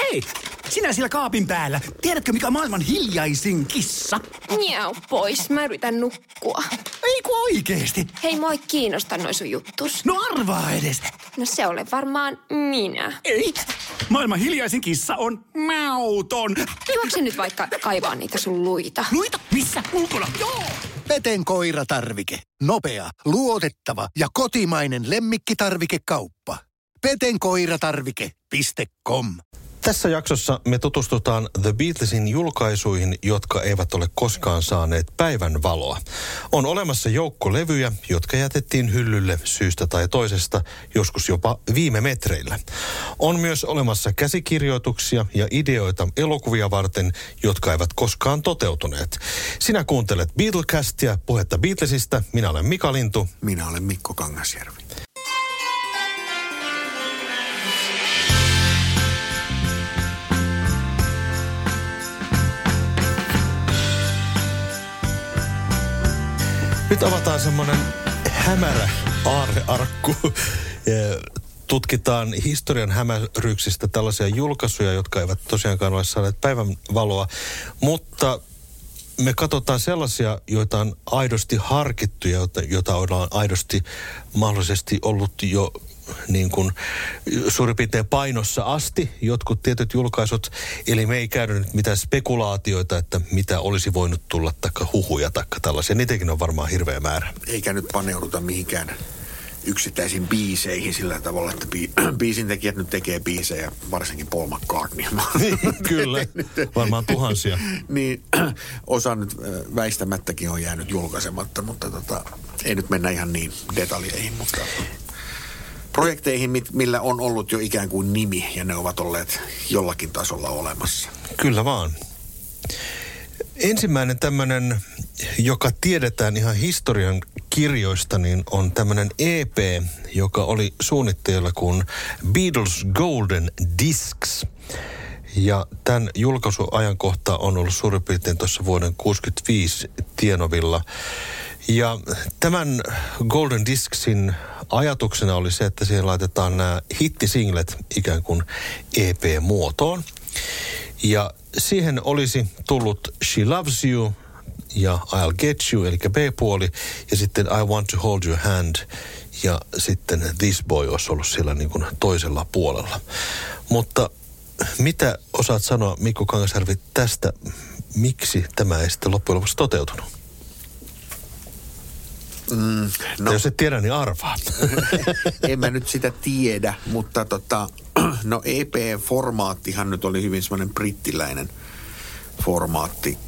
Hei, sinä siellä kaapin päällä. Tiedätkö, mikä on maailman hiljaisin kissa? Miau pois, mä yritän nukkua. Ei kun oikeesti. Hei, moi kiinnosta noi sun juttus. No arvaa edes. No se ole varmaan minä. Ei. Maailman hiljaisin kissa on mauton. Juokse nyt vaikka kaivaa niitä sun luita. Luita? Missä? Ulkona? Joo. Peten koiratarvike. Nopea, luotettava ja kotimainen lemmikkitarvikekauppa. petenkoiratarvike.com. Tässä jaksossa me tutustutaan The Beatlesin julkaisuihin, jotka eivät ole koskaan saaneet päivän valoa. On olemassa joukko levyjä, jotka jätettiin hyllylle syystä tai toisesta, joskus jopa viime metreillä. On myös olemassa käsikirjoituksia ja ideoita elokuvia varten, jotka eivät koskaan toteutuneet. Sinä kuuntelet Beatlecastia, puhetta Beatlesista. Minä olen Mika Lintu. Minä olen Mikko Kangasjärvi. Nyt avataan semmoinen hämärä aarrearkku. Tutkitaan historian hämäryksistä tällaisia julkaisuja, jotka eivät tosiaankaan ole saaneet päivän valoa. Mutta me katsotaan sellaisia, joita on aidosti harkittu ja joita ollaan aidosti mahdollisesti ollut jo niin kuin suurin piirtein painossa asti, jotkut tietyt julkaisut. Eli me ei käydä nyt mitään spekulaatioita, että mitä olisi voinut tulla, taikka huhuja, taikka tällaisia. Niitäkin on varmaan hirveä määrä. Eikä nyt paneuduta mihinkään yksittäisiin biiseihin sillä tavalla, että biisintekijät nyt tekee biisejä, varsinkin Paul McCartney. Kyllä, varmaan tuhansia. Niin, osa nyt väistämättäkin on jäänyt julkaisematta, mutta ei nyt mennä ihan niin detaljeihin, mutta projekteihin, millä on ollut jo ikään kuin nimi ja ne ovat olleet jollakin tasolla olemassa. Kyllä vaan. Ensimmäinen tämmöinen, joka tiedetään ihan historian kirjoista, niin on tämmöinen EP, joka oli suunnitteilla kuin Beatles Golden Discs. Ja tämän julkaisuajankohta on ollut suurin piirtein tuossa vuoden 1965 tienovilla. Ja tämän Golden Discsin ajatuksena oli se, että siihen laitetaan nämä hittisinglet ikään kuin EP-muotoon. Ja siihen olisi tullut She Loves You ja I'll Get You, eli B-puoli, ja sitten I Want to Hold Your Hand, ja sitten This Boy olisi ollut siellä niin kuin toisella puolella. Mutta mitä osaat sanoa, Mikko Kangasjärvi, tästä, miksi tämä ei sitten loppujen lopuksi toteutunut? No, jos et tiedä, niin arvaa. En mä nyt sitä tiedä, mutta no EP-formaattihan nyt oli hyvin semmoinen brittiläinen formaatti.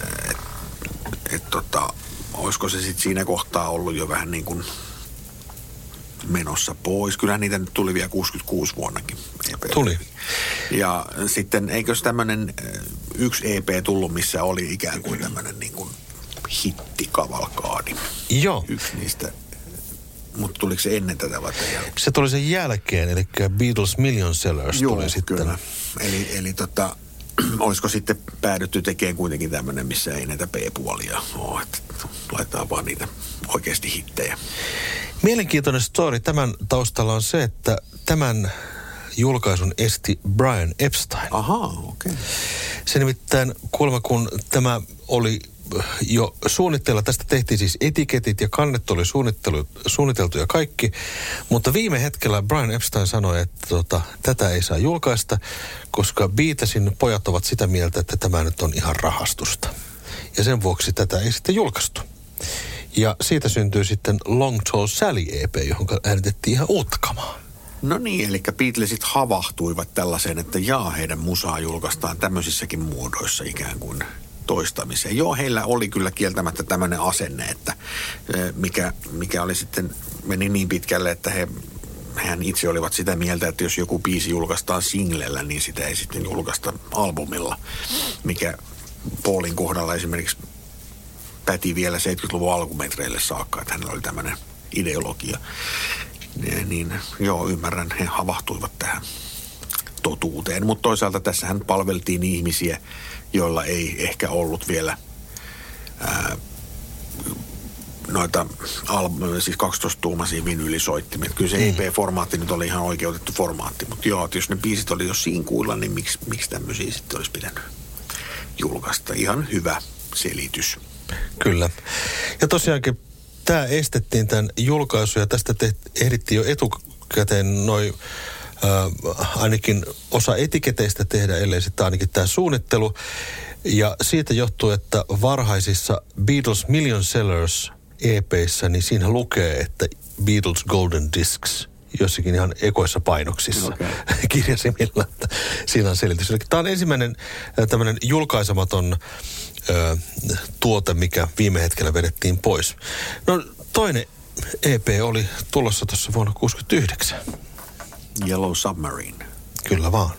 Olisiko se sitten siinä kohtaa ollut jo vähän niin kuin menossa pois. Kyllähän niitä nyt tuli vielä 66 vuonnakin. EP. Tuli. Ja sitten eikös tämmöinen yksi EP tullut, missä oli ikään kuin tämmöinen niin kuin hittikavalkaadi. Joo. Yksi niistä. Mutta tuliko se ennen tätä vai jälkeen? Se tuli sen jälkeen, eli Beatles Million Sellers tuli sitten. Kyllä. Eli olisiko sitten päädytty tekemään kuitenkin tämmöinen, missä ei näitä B-puolia ole, että laitetaan vaan niitä oikeasti hittejä. Mielenkiintoinen story tämän taustalla on se, että tämän julkaisun esti Brian Epstein. Ahaa, okei. Okay. Se nimittäin kuulemma, kun tämä oli jo suunnitteilla, tästä tehtiin siis etiketit ja kannet oli suunniteltu ja kaikki, mutta viime hetkellä Brian Epstein sanoi, että tätä ei saa julkaista, koska Beatlesin pojat ovat sitä mieltä, että tämä nyt on ihan rahastusta. Ja sen vuoksi tätä ei sitten julkaistu. Ja siitä syntyy sitten Long Tall Sally EP, johon äänitettiin ihan uutta kamaa. No niin, eli Beatlesit havahtuivat tällaiseen, että heidän musaa julkaistaan tämmöisissäkin muodoissa ikään kuin toistamiseen. Joo, heillä oli kyllä kieltämättä tämmöinen asenne, että mikä oli sitten, meni niin pitkälle, että hehän itse olivat sitä mieltä, että jos joku biisi julkaistaan singlellä, niin sitä ei sitten julkaista albumilla, mikä Paulin kohdalla esimerkiksi päti vielä 70-luvun alkumetreille saakka, että hänellä oli tämmöinen ideologia. Niin joo, ymmärrän, he havahtuivat tähän totuuteen, mutta toisaalta tässähän palveltiin ihmisiä, joilla ei ehkä ollut vielä noita siis 12-tuumaisia vinyylisoittimia. Kyllä se EP-formaatti nyt oli ihan oikeutettu formaatti, mutta joo, että jos ne biisit oli jo sinkuilla, niin miksi tämmöisiä sitten olisi pitänyt julkaista? Ihan hyvä selitys. Kyllä. Ja tosiaankin tämä estettiin tämän julkaisu ja tästä ehdittiin jo etukäteen ainakin osa etiketeistä tehdä, ellei sitten ainakin tämä suunnittelu. Ja siitä johtuu, että varhaisissa Beatles Million Sellers EP:issä, niin siinä lukee, että Beatles Golden Discs jossakin ihan ekoissa painoksissa kirjasimilla, että siinä on selitys. Eli tämä on ensimmäinen tämmöinen julkaisematon tuote, mikä viime hetkellä vedettiin pois. No toinen EP oli tulossa tuossa vuonna 1969. Yellow Submarine. Kyllä vaan.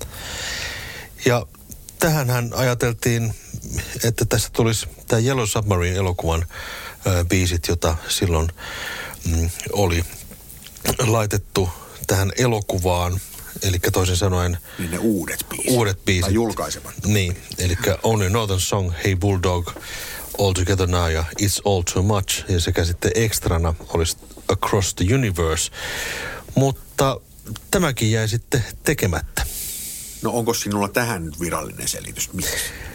Ja tähänhän ajateltiin, että tässä tulisi tämä Yellow Submarine-elokuvan biisit, jota silloin oli laitettu tähän elokuvaan. Eli toisin sanoen... Niin ne uudet biisit. Tai julkaisemat. Niin, eli Only Northern Song, Hey Bulldog, All Together Now ja It's All Too Much. Ja sekä sitten ekstrana olisi Across the Universe. Mutta tämäkin jäi sitten tekemättä. No onko sinulla tähän nyt virallinen selitys? Miksi?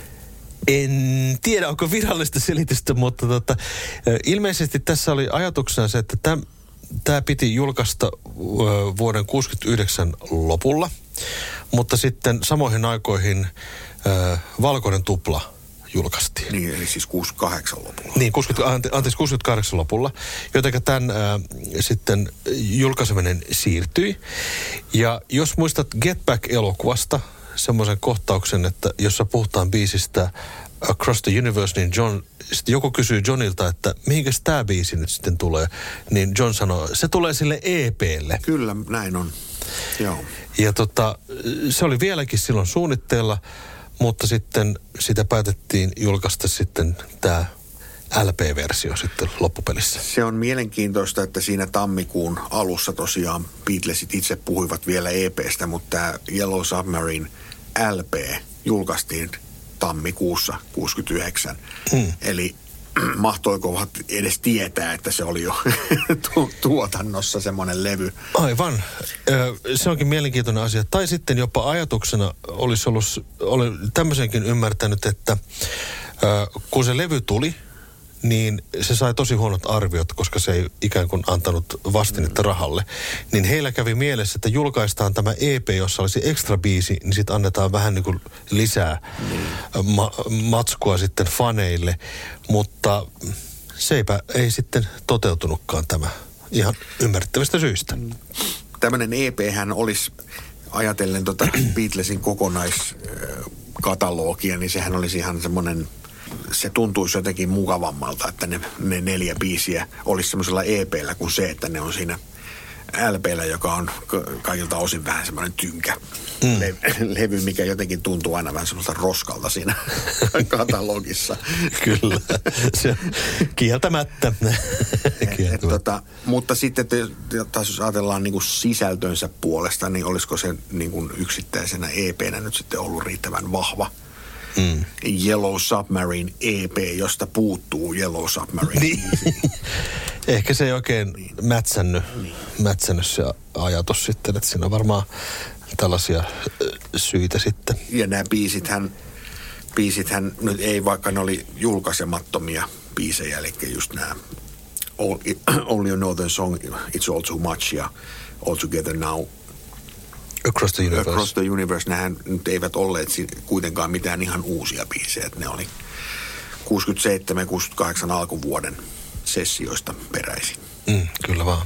En tiedä, onko virallista selitystä, mutta ilmeisesti tässä oli ajatuksena se, että tämä piti julkaista vuoden 1969 lopulla, mutta sitten samoihin aikoihin Valkoinen tupla julkaistiin. Niin, eli siis 68 lopulla. Niin, 68 lopulla, jotenka tämän sitten julkaiseminen siirtyi. Ja jos muistat Get Back-elokuvasta semmoisen kohtauksen, että jossa puhutaan biisistä Across the Universe, niin sitten joku kysyy Johnilta, että mihinkäs tämä biisi nyt sitten tulee, niin John sanoo, se tulee sille EP:lle. Kyllä, näin on. Joo. Ja se oli vieläkin silloin suunnitteilla, mutta sitten sitä päätettiin julkaista sitten tämä LP-versio sitten loppupelissä. Se on mielenkiintoista, että siinä tammikuun alussa tosiaan Beatlesit itse puhuivat vielä EP:stä, mutta tämä Yellow Submarine LP julkaistiin tammikuussa 1969. Eli mahtoiko edes tietää, että se oli jo tuotannossa semmoinen levy? Aivan. Se onkin mielenkiintoinen asia. Tai sitten jopa ajatuksena olen tämmöisenkin ymmärtänyt, että kun se levy tuli, niin se sai tosi huonot arviot, koska se ei ikään kuin antanut vastinetta rahalle. Niin heillä kävi mielessä, että julkaistaan tämä EP, jossa olisi ekstra biisi, niin sitten annetaan vähän niin kuin lisää matskua sitten faneille. Mutta seipä ei sitten toteutunutkaan tämä ihan ymmärrettävistä syistä. Tämmöinen EP-hän olisi, ajatellen Beatlesin kokonaiskatalogia, niin sehän olisi ihan semmoinen... Se tuntuisi jotenkin mukavammalta, että ne 4 biisiä olisi semmoisella EP:llä kuin se, että ne on siinä LP:llä, joka on kaikilta osin vähän semmoinen tynkä levy, mikä jotenkin tuntuu aina vähän semmoista roskalta siinä katalogissa. Kyllä, se kieltämättä. Mutta sitten taas jos ajatellaan niin kuin sisältönsä puolesta, niin olisiko se niin kuin yksittäisenä EP:nä nyt sitten ollut riittävän vahva? Yellow Submarine EP, josta puuttuu Yellow Submarine. Niin. Ehkä se ei oikein mätsännyt se ajatus sitten, että siinä on varmaan tällaisia syitä sitten. Ja nämä biisithän nyt ei, vaikka ne oli julkaisemattomia biisejä, eli just nämä Only a Northern Song, It's All Too Much ja All Together Now. Across the Universe. Across the Universe, nehän nyt eivät olleet kuitenkaan mitään ihan uusia biisejä. Ne oli 67 ja 68 alkuvuoden sessioista peräisin. Kyllä vaan.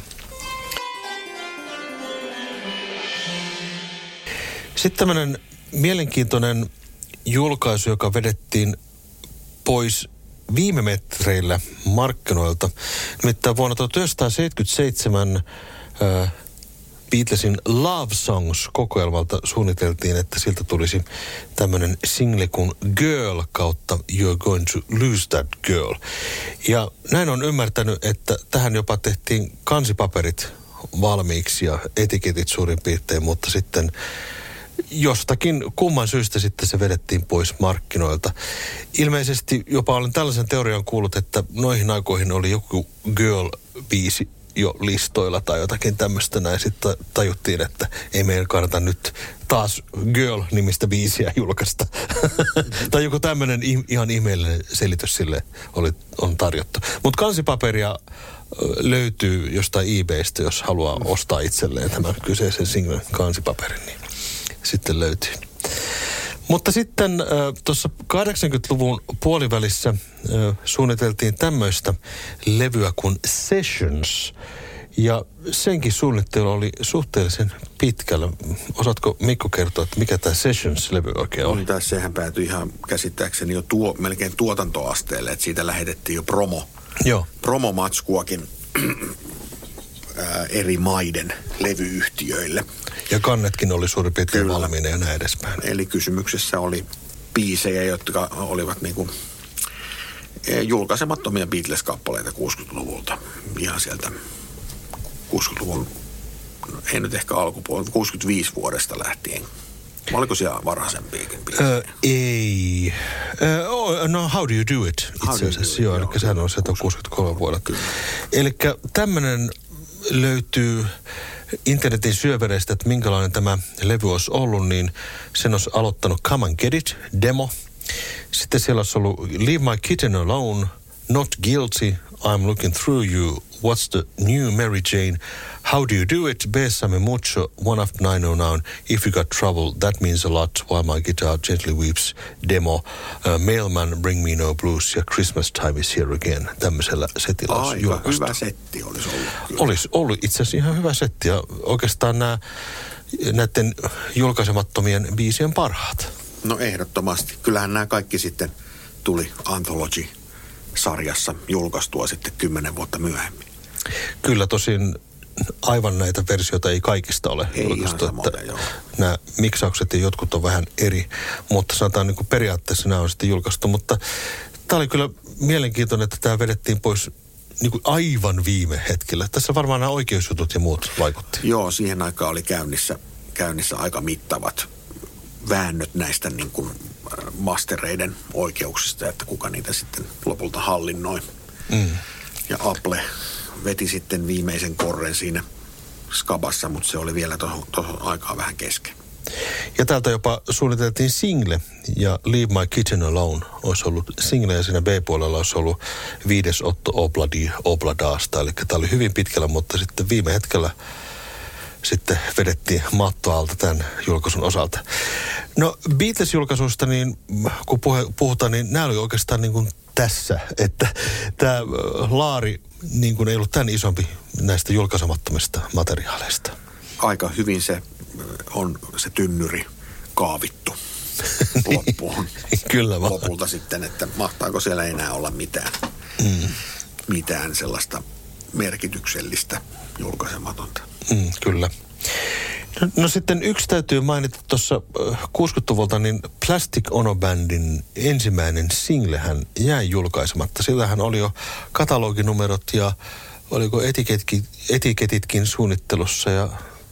Sitten tämmöinen mielenkiintoinen julkaisu, joka vedettiin pois viime metreillä markkinoilta. Nimittäin vuonna 1977 Beatlesin Love Songs-kokoelmalta suunniteltiin, että siltä tulisi tämmöinen single kuin Girl kautta You're Going to Lose That Girl. Ja näin on ymmärtänyt, että tähän jopa tehtiin kansipaperit valmiiksi ja etiketit suurin piirtein, mutta sitten jostakin kumman syystä sitten se vedettiin pois markkinoilta. Ilmeisesti jopa olen tällaisen teorian kuullut, että noihin aikoihin oli joku Girl-biisi jo listoilla tai jotakin tämmöistä näin. Sitten tajuttiin, että ei meidän kannata nyt taas Girl-nimistä biisiä julkaista. Tai joku tämmöinen ihan ihmeellinen selitys sille on tarjottu. Mutta kansipaperia löytyy jostain eBaystä, jos haluaa ostaa itselleen tämän kyseisen singlen kansipaperin, niin sitten löytyy. Mutta sitten tuossa 80-luvun puolivälissä suunniteltiin tämmöistä levyä kuin Sessions. Ja senkin suunnittelu oli suhteellisen pitkällä. Osaatko Mikko kertoa, että mikä tämä Sessions-levy oikein oli? Sehän päätyi ihan käsittääkseni jo melkein tuotantoasteelle, että siitä lähetettiin jo promomatskuakin eri maiden levyyhtiöille. Ja kannetkin oli suurin piirtein valmiina ja näin edespäin. Eli kysymyksessä oli biisejä, jotka olivat niinku julkaisemattomia Beatles-kappaleita 60-luvulta. Ihan sieltä 60-luvun, ei nyt ehkä alkupuolelta, 65 vuodesta lähtien. Oliko siellä varhaisempiakin biisejä? Ei. No, How Do You Do It? Itse asiassa, joo. Eli sehän on 63 vuodelta. Eli tämmöinen löytyy internetin syövereistä, että minkälainen tämä levy olisi ollut, niin sen olisi aloittanut Come and Get It, demo. Sitten siellä olisi ollut Leave My Kitten Alone, Not Guilty, I'm Looking Through You, What's the New Mary Jane, How Do You Do It, Bésame Mucho, One After 909, If You Got Trouble, That Means a Lot, While My Guitar Gently Weeps, demo, Mailman, Bring Me No Blues ja Christmas Time Is Here Again. Tämmöisellä setillä olisi julkaistu. Aika hyvä setti olisi ollut. Kyllä. Olisi ollut itse asiassa ihan hyvä setti ja oikeastaan näiden julkaisemattomien biisien parhaat. No ehdottomasti. Kyllähän nämä kaikki sitten tuli Anthology-sarjassa julkaistua sitten 10 vuotta myöhemmin. Kyllä tosin aivan näitä versioita ei kaikista ole julkaistu. Nämä miksaukset ja jotkut on vähän eri, mutta sanotaan niin kuin periaatteessa nämä on sitten julkaistu. Mutta tämä oli kyllä mielenkiintoinen, että tämä vedettiin pois niin kuin aivan viime hetkellä. Tässä varmaan nämä oikeusjutut ja muut vaikutti. Joo, siihen aikaan oli käynnissä aika mittavat väännöt näistä niin kuin mastereiden oikeuksista, että kuka niitä sitten lopulta hallinnoi. Ja Apple veti sitten viimeisen korren siinä skabassa, mutta se oli vielä tuohon aikaan vähän kesken. Ja täältä jopa suunniteltiin single, ja Leave My Kitten Alone olisi ollut single, ja siinä B-puolella olisi ollut 5. Otto Obladaasta, eli tämä oli hyvin pitkällä, mutta sitten viime hetkellä sitten vedettiin mattoa alta tämän julkaisun osalta. No Beatles-julkaisuista, niin kun puhutaan, niin nämä oli oikeastaan niin kuin tässä, että tämä laari niin kuin ei ollut tämän isompi näistä julkaisemattomista materiaaleista. Aika hyvin se on se tynnyri kaavittu loppuun. Kyllä vaan. Lopulta sitten, että mahtaako siellä enää olla mitään sellaista merkityksellistä julkaisematonta. Kyllä. No sitten yksi täytyy mainita tuossa 60-luvulta, niin Plastic Ono Bandin ensimmäinen singlehän jäi julkaisematta. Sillähän oli jo kataloginumerot ja oliko etiketitkin suunnittelussa ja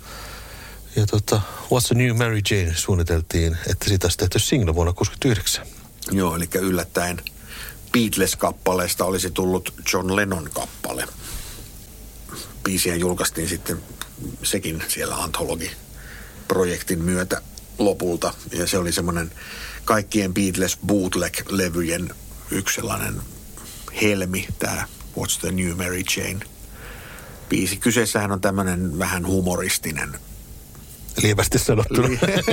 What's the New Mary Jane suunniteltiin, että siitä olisi tehty single vuonna 1969. Joo, eli yllättäen Beatles-kappaleesta olisi tullut John Lennon-kappale. Biisiä julkaistiin sitten sekin siellä Anthology-projektin myötä lopulta. Ja se oli semmoinen kaikkien Beatles bootleg-levyjen yksi sellainen helmi, tämä What's the New Mary Jane -biisi. Kyseessähän on tämmöinen vähän humoristinen. Lievästi sanottuna.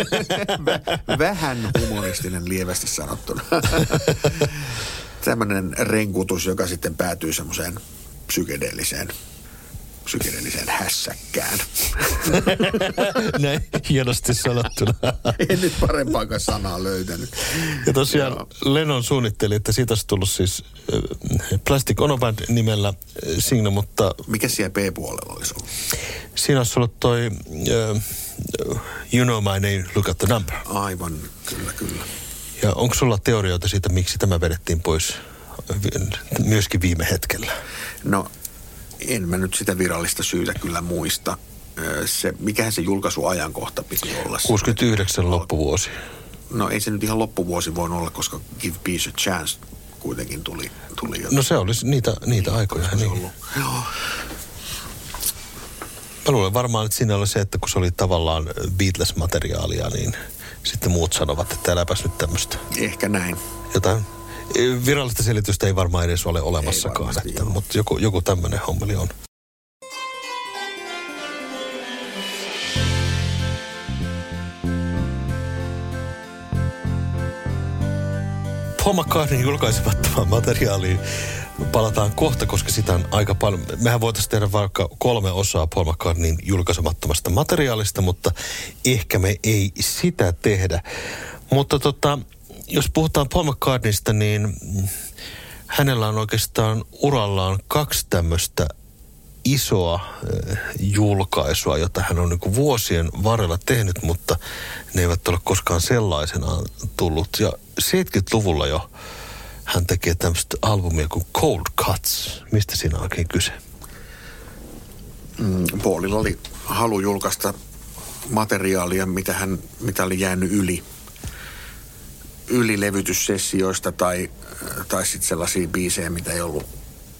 Vähän humoristinen, lievästi sanottuna. Tämmöinen renkutus, joka sitten päätyy semmoiseen psykedeelliseen hässäkkään. Näin hienosti sanottuna. En nyt parempaakaan sanaa löytänyt. Ja tosiaan Lennon suunnitteli, että siitä olisi tullut siis Plastic Ono Band nimellä single, mutta mikä siellä B-puolella olisi ollut? Siinä olisi ollut toi You Know My Name, Look at the Number. Aivan, kyllä. Ja onko sulla teorioita siitä, miksi tämä vedettiin pois myöskin viime hetkellä? No, en mä nyt sitä virallista syytä kyllä muista. mikähän se julkaisuajankohta piti olla? 69 loppuvuosi. No ei se nyt ihan loppuvuosi voinut olla, koska Give Peace a Chance kuitenkin tuli No se olisi niitä aikoja. Niin. Joo. Mä luulen varmaan, että siinä oli se, että kun se oli tavallaan Beatles-materiaalia, niin sitten muut sanovat, että äläpäs nyt tämmöistä. Ehkä näin. Jotain virallista selitystä ei varmaan edes ole olemassakaan, mutta joku tämmöinen hommeli on. Paul McCartneyn julkaisemattomaan materiaaliin palataan kohta, koska sitä on aika paljon. Mehän voitaisiin tehdä vaikka 3 osaa Paul McCartneyn julkaisemattomasta materiaalista, mutta ehkä me ei sitä tehdä. Mutta jos puhutaan Paul McCartneysta, niin hänellä on oikeastaan urallaan 2 tämmöistä isoa julkaisua, jota hän on niin vuosien varrella tehnyt, mutta ne eivät ole koskaan sellaisenaan tullut. Ja 70-luvulla jo hän tekee tämmöistä albumia kuin Cold Cuts. Mistä siinä on oikein kyse? Paulilla oli halu julkaista materiaalia, mitä oli jäänyt yli levytyssessioista tai sitten sellaisia biisejä, mitä ei ollut.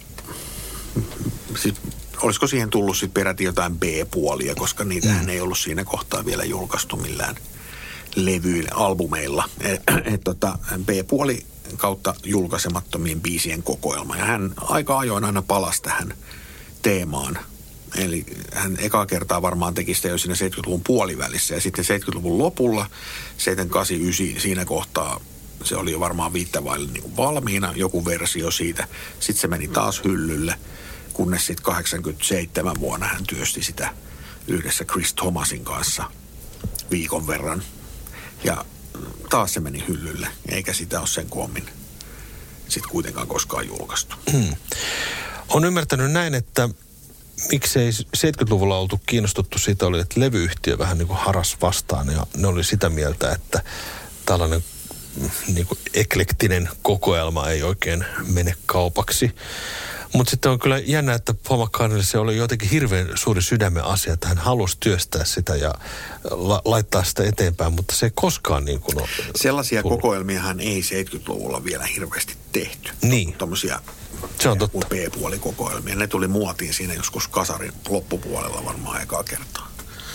Olisiko siihen tullut sitten peräti jotain B-puolia, koska niitähän ei ollut siinä kohtaa vielä julkaistu millään levyillä, albumeilla. B-puoli kautta julkaisemattomien biisien kokoelma. Ja hän aika ajoin aina palasi tähän teemaan. Eli hän ekaa kertaa varmaan teki sitä jo siinä 70-luvun puolivälissä. Ja sitten 70-luvun lopulla, 78-9, siinä kohtaa se oli jo varmaan viittavaille niin valmiina, joku versio siitä. Sitten se meni taas hyllylle, kunnes sitten 87 vuonna hän työsti sitä yhdessä Chris Thomasin kanssa viikon verran. Ja taas se meni hyllylle, eikä sitä ole sen koommin sitten kuitenkaan koskaan julkaistu. On ymmärtänyt näin, että miksei 70-luvulla oltu kiinnostuttu siitä, oli, että levyyhtiö vähän niin kuin haras vastaan. Ja ne oli sitä mieltä, että tällainen niin kuin eklektinen kokoelma ei oikein mene kaupaksi. Mutta sitten on kyllä jännä, että Paul McCartneylle se oli jotenkin hirveän suuri sydämen asia, että hän halusi työstää sitä ja laittaa sitä eteenpäin, mutta se ei koskaan niin kuin ole. Sellaisia kokoelmiahan ei 70-luvulla vielä hirveästi tehty. Niin. Tommosia se on totta. B-puolikokoelmia. Ne tuli muotiin siinä joskus kasarin loppupuolella varmaan ekaa kertaa.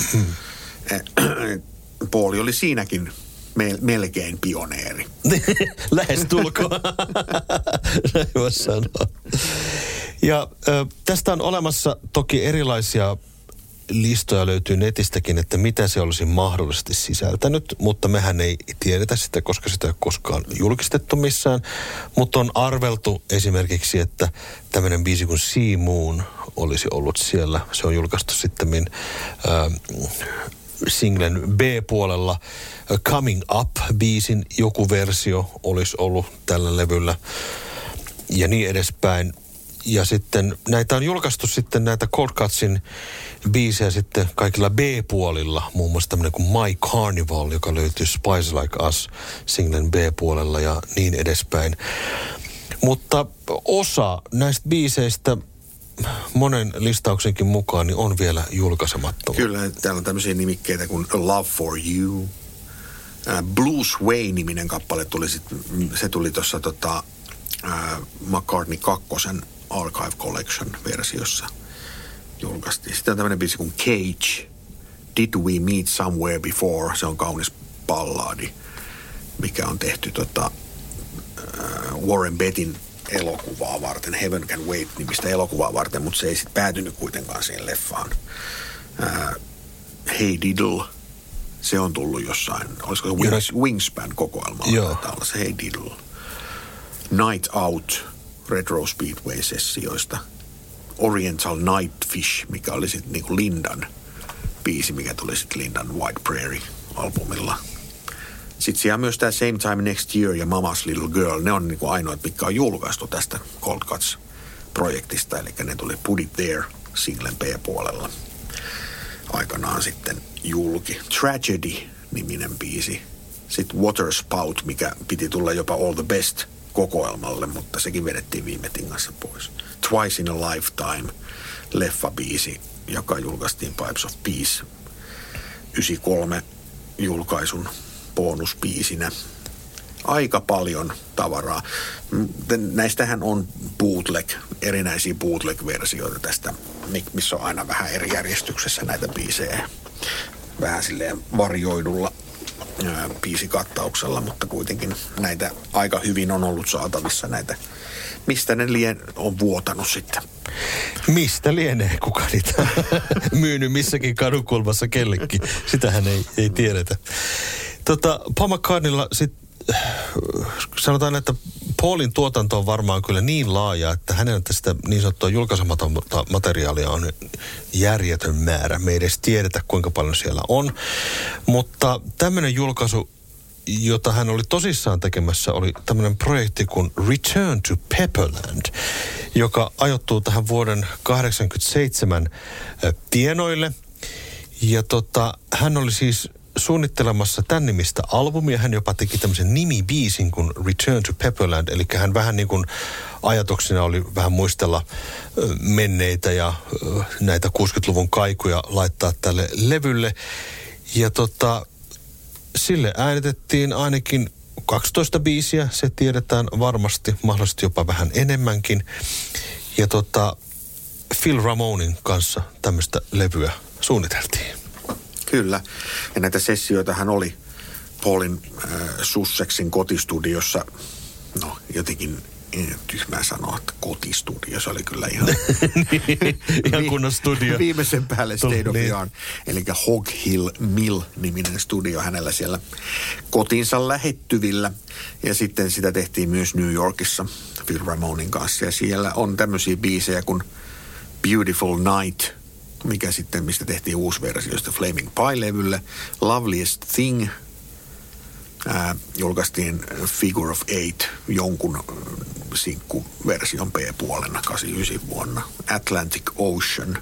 Paul oli siinäkin melkein pioneeri. Lähestulkoon. Näin voi sanoa. Ja tästä on olemassa toki erilaisia listoja, löytyy netistäkin, että mitä se olisi mahdollisesti sisältänyt, mutta mehän ei tiedetä sitä, koska sitä ei ole koskaan julkistettu missään. Mutta on arveltu esimerkiksi, että tämmöinen biisi kuin Sea Moon olisi ollut siellä. Se on julkaistu sittemmin singlen B-puolella. Coming Up-biisin joku versio olisi ollut tällä levyllä ja niin edespäin. Ja sitten näitä on julkaistu sitten näitä Cold Cutsin biisejä sitten kaikilla B-puolilla. Muun muassa tämmöinen kuin My Carnival, joka löytyy Spice Like Us singlen B-puolella ja niin edespäin. Mutta osa näistä biiseistä monen listauksenkin mukaan niin on vielä julkaisemattomia. Kyllä, täällä on tämmöisiä nimikkeitä kuin Love for You. Blue Sway-niminen kappale se tuli tuossa McCartney 2 Archive Collection-versiossa julkaistiin. Sitten on tämmöinen biisi kuin Cage. Did We Meet Somewhere Before? Se on kaunis ballaadi, mikä on tehty Warren Beattin elokuvaa varten, Heaven Can Wait-nimistä elokuvaa varten, mutta se ei sitten päätynyt kuitenkaan siihen leffaan. Hey Diddle, se on tullut jossain, olisiko se Wingspan-kokoelma, taitaa olla se Hey Diddle. Night Out, Retro Speedway-sessioista. Oriental Nightfish, mikä oli sitten niinku Lindan biisi, mikä tuli sitten Lindan White Prairie-albumilla. Sitten siellä on myös tämä Same Time Next Year ja Mama's Little Girl. Ne on niinku ainoat, mitkä on julkaistu tästä Cold Cuts-projektista. Eli ne tuli Put It There singlen B-puolella aikanaan sitten julki. Tragedy-niminen biisi. Sitten Water Spout, mikä piti tulla jopa All the Best kokoelmalle, mutta sekin vedettiin viime tingassa pois. Twice in a Lifetime, leffabiisi joka julkaistiin Pipes of Peace 93 julkaisun bonusbiisinä. Aika paljon tavaraa. Näistähän on erinäisiä bootleg-versioita tästä, missä on aina vähän eri järjestyksessä näitä biisejä. Vähän silleen varjoidulla biisikattauksella, mutta kuitenkin näitä aika hyvin on ollut saatavissa näitä. Mistä ne on vuotanut sitten? Mistä lienee, kuka niitä myynyt missäkin kadunkulmassa kellekin. Sitähän ei tiedetä. Paul McCartneylla sitten sanotaan, että Paulin tuotanto on varmaan kyllä niin laaja, että hänellä tästä niin sanottua julkaisematonta materiaalia on järjetön määrä. Me ei edes tiedetä, kuinka paljon siellä on. Mutta tämmöinen julkaisu, jota hän oli tosissaan tekemässä, oli tämmöinen projekti kuin Return to Pepperland, joka ajoittuu tähän vuoden 1987 tienoille. Ja hän oli siis suunnittelemassa tämän nimistä albumia. Hän jopa teki tämmöisen nimibiisin kuin Return to Pepperland, eli hän vähän niin kuin ajatuksena oli vähän muistella menneitä ja näitä 60-luvun kaikuja laittaa tälle levylle. Ja sille äänitettiin ainakin 12 biisiä, se tiedetään varmasti, mahdollisesti jopa vähän enemmänkin. Ja Phil Ramonin kanssa tämmöistä levyä suunniteltiin. Kyllä. Ja näitä sessioitahan oli Paulin Sussexin kotistudiossa, no jotenkin tyhmää sanoa, että kotistudio, se oli kyllä ihan ihan kunnon studio. Viimeisen päälle State of the Art, eli Hog Hill Mill-niminen studio hänellä siellä kotinsa lähettyvillä. Ja sitten sitä tehtiin myös New Yorkissa Phil Ramonin kanssa. Ja siellä on tämmöisiä biisejä kuin Beautiful Night, mikä sitten, mistä tehtiin uusi versio sitä Flaming Pie-levylle. Loveliest Thing, julkaistiin Figure of Eight, jonkun sinkkuversion B-puolena 89 vuonna. Atlantic Ocean,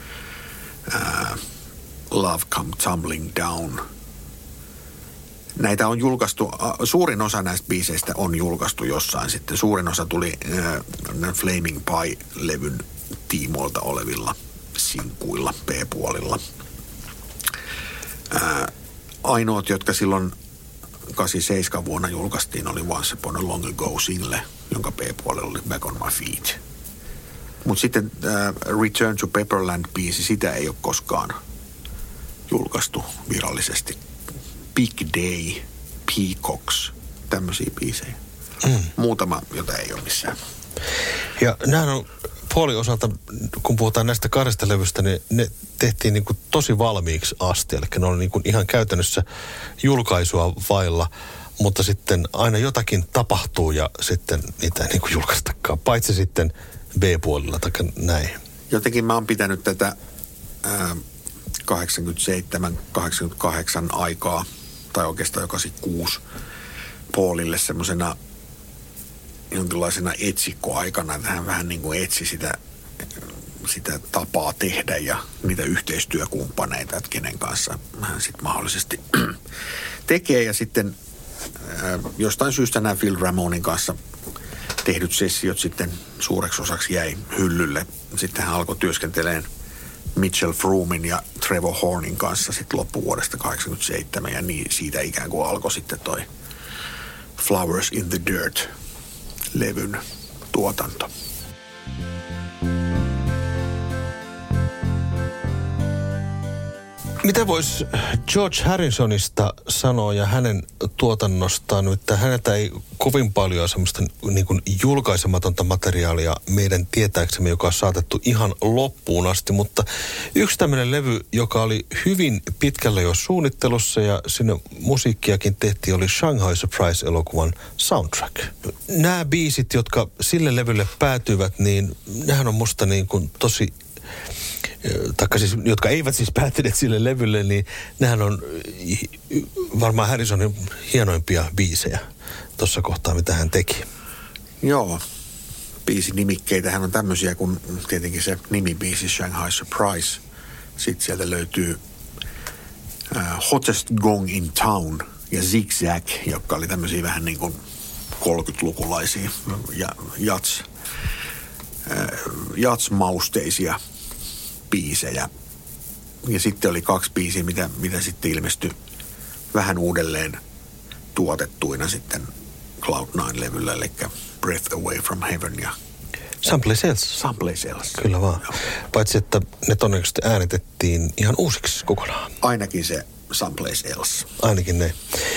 Love Come Tumbling Down. Näitä on julkaistu, suurin osa näistä biiseistä on julkaistu jossain sitten. Suurin osa tuli Flaming Pie-levyn tiimoilta olevilla sinkkuilla, B-puolilla. Ainoat, jotka silloin 87 vuonna julkaistiin, oli Once Upon a Long Ago single, jonka B-puolella oli Back on My Feet. Mutta sitten Return to Pepperland-biisi, sitä ei ole koskaan julkaistu virallisesti. Big Day, Peacocks, tämmöisiä biisejä. Muutama, jota ei ole missään. Ja nämähän on Paulin osalta, kun puhutaan näistä kahdesta levystä, niin ne tehtiin niin kuin tosi valmiiksi asti. Eli ne oli niin kuin ihan käytännössä julkaisua vailla, mutta sitten aina jotakin tapahtuu ja sitten niitä ei niin kuin julkaistakaan, paitsi sitten B-puolella tai näin. Jotenkin mä oon pitänyt tätä 87-88 aikaa, tai oikeastaan 86 Paulille semmoisena jonkinlaisena etsikkoaikana, että hän vähän niin kuin etsi sitä tapaa tehdä ja niitä yhteistyökumppaneita, että kenen kanssa hän sitten mahdollisesti tekee. Ja sitten jostain syystä nämä Phil Ramonin kanssa tehdyt sessiot sitten suureksi osaksi jäi hyllylle. Sitten hän alkoi työskentelemään Mitchell Froomin ja Trevor Hornin kanssa sitten loppuvuodesta 87 ja niin siitä ikään kuin alkoi sitten toi Flowers in the Dirt -levyn tuotanto. Mitä voisi George Harrisonista sanoa ja hänen tuotannostaan, että häneltä ei kovin paljon semmoista niin kuin julkaisematonta materiaalia meidän tietääksemme, joka on saatettu ihan loppuun asti, mutta yksi tämmöinen levy, joka oli hyvin pitkällä jo suunnittelussa ja sinne musiikkiakin tehtiin, oli Shanghai Surprise-elokuvan soundtrack. Nämä biisit, jotka sille levylle päätyivät, niin nehän on musta niin kuin tosi taikka siis, jotka eivät siis päättyneet sille levylle, niin nehän on varmaan Harrisonin hienoimpia biisejä tuossa kohtaa, mitä hän teki. Joo, biisinimikkeitähän on tämmöisiä kuin tietenkin se nimibiisi Shanghai Surprise. Sitten sieltä löytyy Hottest Gong in Town ja Zigzag, jotka oli tämmöisiä vähän niin kuin 30-lukulaisia jats-mausteisia biisejä. Ja sitten oli 2 biisiä, mitä sitten ilmestyi vähän uudelleen tuotettuina sitten Cloud9-levyllä, eli Breath Away from Heaven ja Someplace Else. Someplace Else. Kyllä vaan. Joo. Paitsi, että ne todennäköisesti äänitettiin ihan uusiksi kokonaan. Ainakin se Someplace Else. Ainakin ne.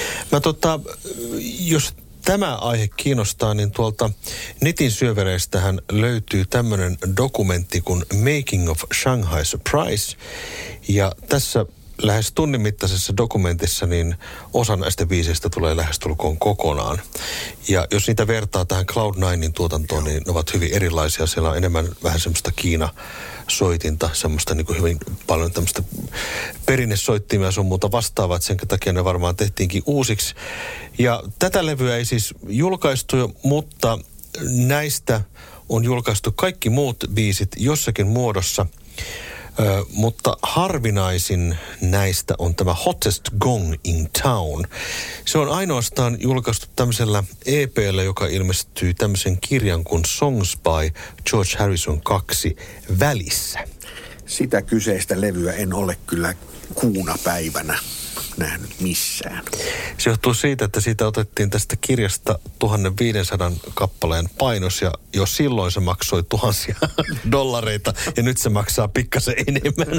Jos tämä aihe kiinnostaa, niin tuolta netin syövereistähän löytyy tämmöinen dokumentti kuin Making of Shanghai Surprise. Ja tässä lähes tunnin mittaisessa dokumentissa niin osa näistä biiseistä tulee lähestulkoon kokonaan. Ja jos niitä vertaa tähän Cloud9 tuotantoon, niin ne ovat hyvin erilaisia. Siellä on enemmän vähän semmoista Kiina-soitinta, semmoista niin kuin hyvin paljon tämmöistä perinnesoittimia sun muuta vastaavaa, että sen takia ne varmaan tehtiinkin uusiksi. Ja tätä levyä ei siis julkaistu, mutta näistä on julkaistu kaikki muut biisit jossakin muodossa. Mutta harvinaisin näistä on tämä Hottest Gong in Town. Se on ainoastaan julkaistu tämmöisellä EP:llä, joka ilmestyy tämmöisen kirjan kuin Songs by George Harrison 2 välissä. Sitä kyseistä levyä en ole kyllä kuuna päivänä nähnyt missään. Se johtuu siitä, että siitä otettiin tästä kirjasta 1500 kappaleen painos ja jo silloin se maksoi tuhansia dollareita ja nyt se maksaa pikkasen enemmän.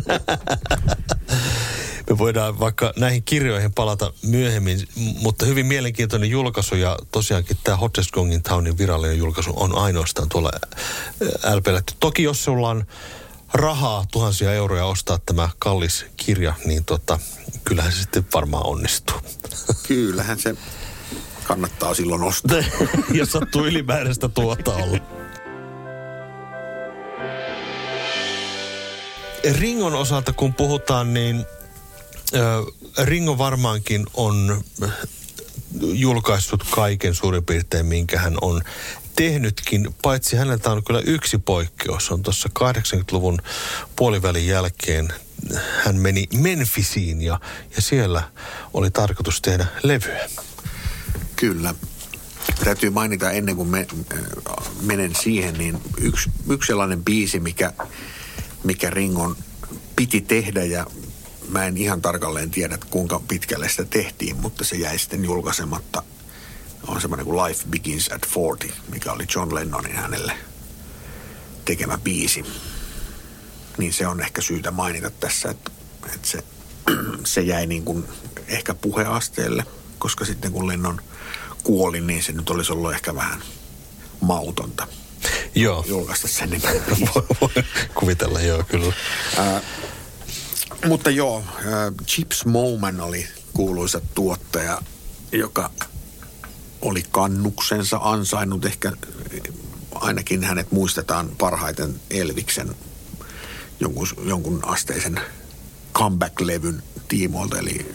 Me voidaan vaikka näihin kirjoihin palata myöhemmin, mutta hyvin mielenkiintoinen julkaisu ja tosiaankin tämä Hottest Gong in Townin virallinen julkaisu on ainoastaan tuolla LP:llä. Toki jos sulla on rahaa tuhansia euroja ostaa tämä kallis kirja, niin kyllähän se sitten varmaan onnistuu. Kyllähän se kannattaa silloin ostaa. Jos sattuu ylimääräistä tuota olla. Ringon osalta kun puhutaan, niin Ringo varmaankin on julkaissut kaiken suurin piirtein, minkä hän on tehnytkin, paitsi häneltä on kyllä yksi poikkeus. On tuossa 80-luvun puolivälin jälkeen hän meni Memphisiin ja siellä oli tarkoitus tehdä levyä. Kyllä. Täytyy mainita ennen kuin menen siihen, niin yksi sellainen biisi, mikä Ringon piti tehdä ja mä en ihan tarkalleen tiedä, kuinka pitkälle sitä tehtiin, mutta se jäi sitten julkaisematta. On semmoinen kuin Life Begins at 40, mikä oli John Lennonin hänelle tekemä biisi. Niin se on ehkä syytä mainita tässä, että se jäi niin kuin ehkä puheasteelle, koska sitten kun Lennon kuoli, niin se nyt olisi ollut ehkä vähän mautonta. Joo. Julkaista sen nimen. Voi kuvitella, joo, kyllä. Mutta joo, Chips Moman oli kuuluisa tuottaja, joka oli kannuksensa ansainnut. Ehkä ainakin hänet muistetaan parhaiten Elviksen jonkun asteisen comeback-levyn tiimoilta, eli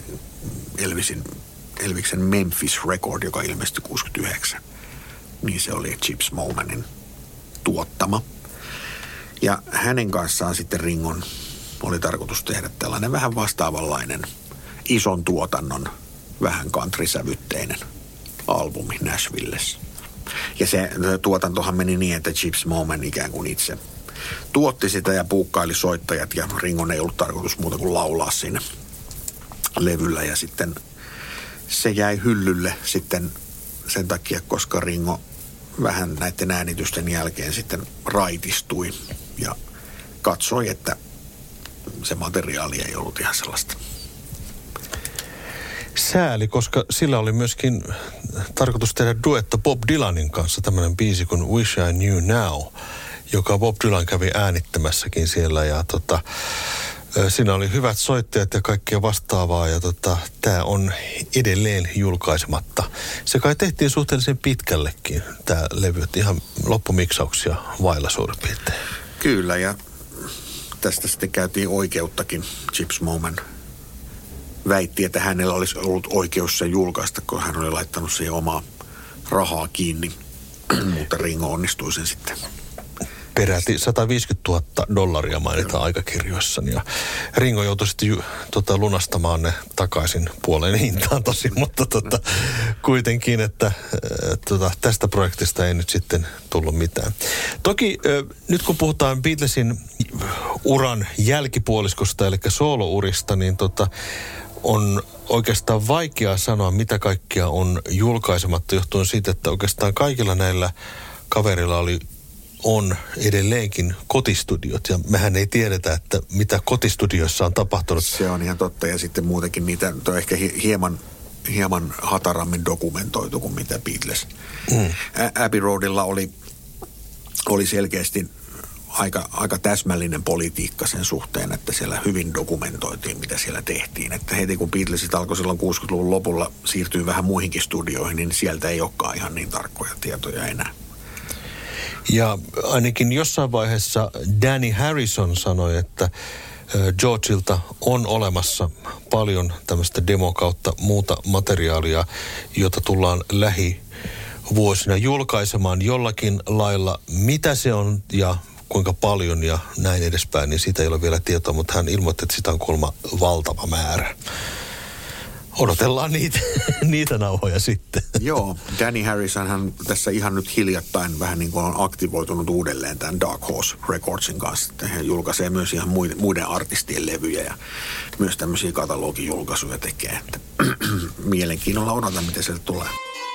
Elviksen Memphis Record, joka ilmestyi 69. Niin se oli Chips Momanin tuottama. Ja hänen kanssaan sitten Ringon oli tarkoitus tehdä tällainen vähän vastaavanlainen ison tuotannon, vähän country-sävytteinen albumi Nashvillessä. Ja se tuotantohan meni niin, että Chips Moman ikään kuin itse tuotti sitä ja puukkaili soittajat ja Ringon ei ollut tarkoitus muuta kuin laulaa siinä levyllä. Ja sitten se jäi hyllylle sitten sen takia, koska Ringo vähän näiden äänitysten jälkeen sitten raitistui ja katsoi, että se materiaali ei ollut ihan sellaista. Sääli, koska sillä oli myöskin tarkoitus tehdä duetto Bob Dylanin kanssa tämmöinen biisi kuin Wish I Knew Now, joka Bob Dylan kävi äänittämässäkin siellä ja siinä oli hyvät soittajat ja kaikkea vastaavaa ja tämä on edelleen julkaisematta. Se kai tehtiin suhteellisen pitkällekin tämä levy, ihan loppumiksauksia vailla suurin piirtein. Kyllä ja tästä sitten käytiin oikeuttakin. Chips Moman väitti, että hänellä olisi ollut oikeus sen julkaista, kun hän oli laittanut siihen omaa rahaa kiinni, mutta Ringo onnistui sen sitten. Peräti $150,000 mainitaan aikakirjoissa. Ja Ringo joutui sitten lunastamaan ne takaisin puoleen hintaan tosi, mutta kuitenkin, että tästä projektista ei nyt sitten tullut mitään. Toki nyt kun puhutaan Beatlesin uran jälkipuoliskosta, eli soolourista, niin on oikeastaan vaikea sanoa, mitä kaikkia on julkaisematta, johtuen siitä, että oikeastaan kaikilla näillä kaverilla on edelleenkin kotistudiot, ja mehän ei tiedetä, että mitä kotistudiossa on tapahtunut. Se on ihan totta, ja sitten muutenkin niitä on ehkä hieman hatarammin dokumentoitu kuin mitä Beatles. Abbey Roadilla oli selkeästi aika täsmällinen politiikka sen suhteen, että siellä hyvin dokumentoitiin, mitä siellä tehtiin. Että heti kun Beatlesit alkoi silloin 60-luvun lopulla siirtyä vähän muihinkin studioihin, niin sieltä ei olekaan ihan niin tarkkoja tietoja enää. Ja ainakin jossain vaiheessa Danny Harrison sanoi, että Georgeilta on olemassa paljon tämmöistä demo kautta muuta materiaalia, jota tullaan lähivuosina julkaisemaan jollakin lailla. Mitä se on ja kuinka paljon ja näin edespäin, niin siitä ei ole vielä tietoa, mutta hän ilmoitti, että sitä on kuulemma valtava määrä. Odotellaan niitä nauhoja sitten. Joo, Danny Harrison hän tässä ihan nyt hiljattain vähän niin kuin on aktivoitunut uudelleen tämän Dark Horse Recordsin kanssa. Hän julkaisee myös ihan muiden artistien levyjä ja myös tämmöisiä katalogijulkaisuja tekee. Mielenkiinnolla odotan, miten sieltä tulee.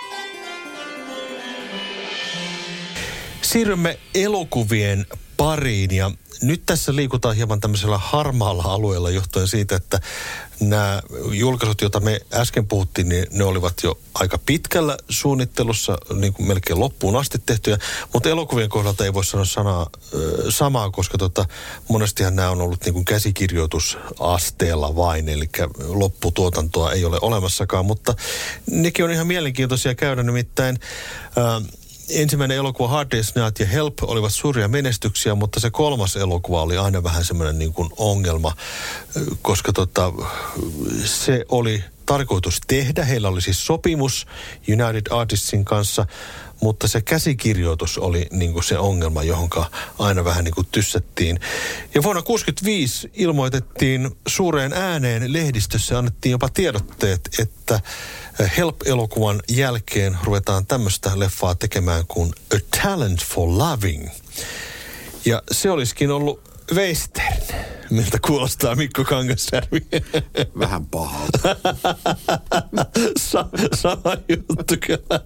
Siirrymme elokuvien pariin ja nyt tässä liikutaan hieman tämmöisellä harmaalla alueella johtuen siitä, että nämä julkaisut, joita me äsken puhuttiin, niin ne olivat jo aika pitkällä suunnittelussa, niin kuin melkein loppuun asti tehtyjä, mutta elokuvien kohdalta ei voi sanoa samaa, koska monestihan nämä on ollut niin kuin käsikirjoitusasteella vain, eli lopputuotantoa ei ole olemassakaan, mutta nekin on ihan mielenkiintoisia käydä, nimittäin ensimmäinen elokuva Hard Day's Night ja Help olivat suuria menestyksiä, mutta se kolmas elokuva oli aina vähän semmoinen niin kuin ongelma, koska se oli tarkoitus tehdä. Heillä oli siis sopimus United Artistsin kanssa, mutta se käsikirjoitus oli niin kuin se ongelma, johonka aina vähän niin kuin tyssättiin. Ja vuonna 1965 ilmoitettiin suureen ääneen lehdistössä, annettiin jopa tiedotteet, että Help-elokuvan jälkeen ruvetaan tämmöistä leffaa tekemään kuin A Talent for Loving. Ja se olisikin ollut western, miltä kuulostaa Mikko Kangasjärvi. Vähän pahalta. Sama juttu kyllä.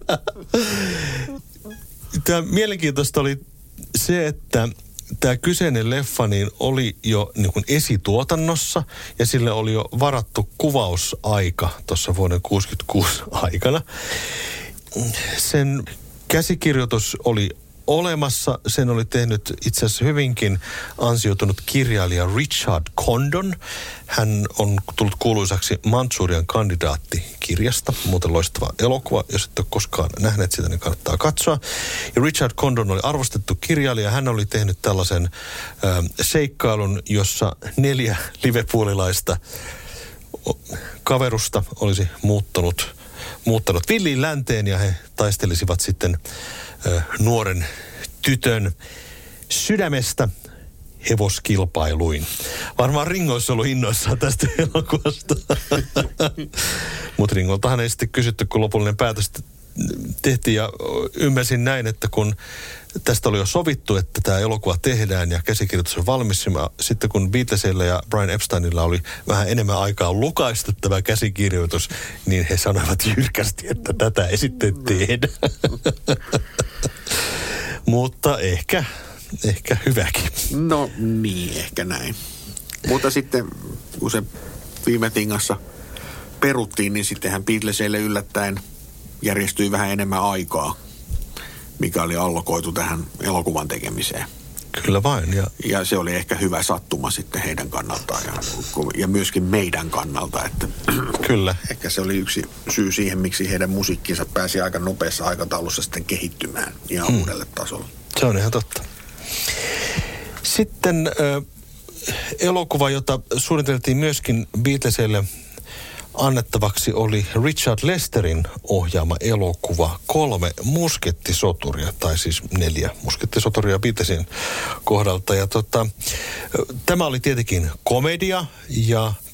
Tämä mielenkiintoista oli se, että tämä kyseinen leffa niin oli jo niin kuin esituotannossa ja sille oli jo varattu kuvausaika tuossa vuoden 1966 aikana. Sen käsikirjoitus oli olemassa. Sen oli tehnyt itse asiassa hyvinkin ansioitunut kirjailija Richard Condon. Hän on tullut kuuluisaksi Manchurian kandidaatti -kirjasta. Muuten loistava elokuva. Jos et ole koskaan nähneet sitä, niin kannattaa katsoa. Ja Richard Condon oli arvostettu kirjailija. Hän oli tehnyt tällaisen seikkailun, jossa 4 liverpoolilaista kaverusta olisi muuttanut villiin länteen ja he taistelisivat sitten nuoren tytön sydämestä hevoskilpailuin. Varmaan Ringo olisi ollut innoissaan tästä elokuvasta. Mutta Ringoltahan ei sitten kysytty, kun lopullinen päätös tehtiin ja ymmärsin näin, että kun tästä oli jo sovittu, että tämä elokuva tehdään ja käsikirjoitus on valmis, sitten kun Beatlesilla ja Brian Epsteinilla oli vähän enemmän aikaa lukaista tämä käsikirjoitus, niin he sanoivat jyrkästi, että tätä ei sitten tehdä. Mutta ehkä hyväkin. No niin, ehkä näin. Mutta sitten kun se viime tingassa peruttiin, niin sittenhän Beatlesille yllättäen järjestyi vähän enemmän aikaa, mikä oli allokoitu tähän elokuvan tekemiseen. Kyllä vain. Ja se oli ehkä hyvä sattuma sitten heidän kannaltaan ja myöskin meidän kannalta. Että kyllä. Ehkä se oli yksi syy siihen, miksi heidän musiikkinsa pääsi aika nopeassa aikataulussa sitten kehittymään ihan uudelle tasolle. Se on ihan totta. Sitten elokuva, jota suunniteltiin myöskin Beatlesille annettavaksi, oli Richard Lesterin ohjaama elokuva 3 muskettisoturia, tai siis 4 muskettisoturia Beatlesin kohdalta. Ja tämä oli tietenkin komedia, ja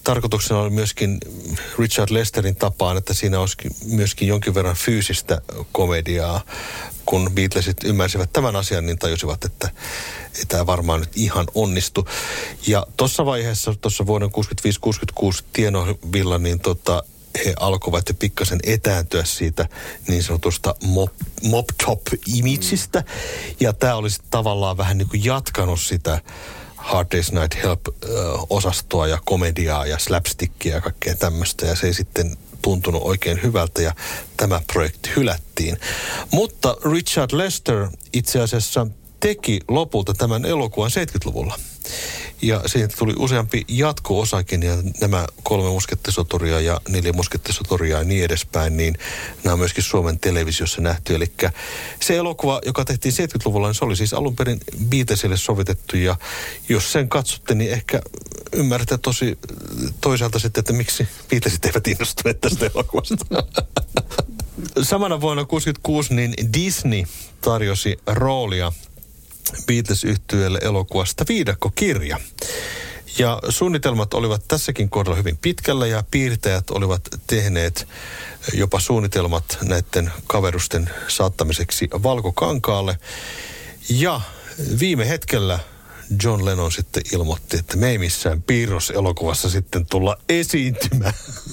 tarkoituksena oli myöskin Richard Lesterin tapaan, että siinä olisi myöskin jonkin verran fyysistä komediaa. Kun Beatlesit ymmärsivät tämän asian, niin tajusivat, että ei tämä varmaan nyt ihan onnistu. Ja tuossa vaiheessa, tuossa vuoden 65-66 tienoilla, niin he alkoivat jo pikkasen etääntyä siitä niin sanotusta mop-top-imageista. Ja tämä olisi tavallaan vähän niin kuin jatkanut sitä Hard Day's Night Help-osastoa ja komediaa ja slapstickia ja kaikkea tämmöistä. Ja se ei sitten tuntunut oikein hyvältä ja tämä projekti hylättiin. Mutta Richard Lester itse asiassa teki lopulta tämän elokuvan 70-luvulla. Ja siitä tuli useampi jatko-osakin ja nämä 3 muskettisoturia ja 4 muskettisoturia ja niin edespäin, niin nämä on myöskin Suomen televisiossa nähty. Eli se elokuva, joka tehtiin 70-luvulla, niin se oli siis alun perin Beatlesille sovitettu ja jos sen katsotte, niin ehkä ymmärrätte toisaalta sitten, että miksi Beatlesit eivät innostuneet tästä elokuvasta. Samana vuonna 1966 niin Disney tarjosi roolia Beatles-yhtyeelle elokuvasta Viidakkokirja. Ja suunnitelmat olivat tässäkin kohdalla hyvin pitkällä ja piirtäjät olivat tehneet jopa suunnitelmat näiden kaverusten saattamiseksi valkokankaalle. Ja viime hetkellä John Lennon sitten ilmoitti, että me ei missään piirroselokuvassa sitten tulla esiintymään.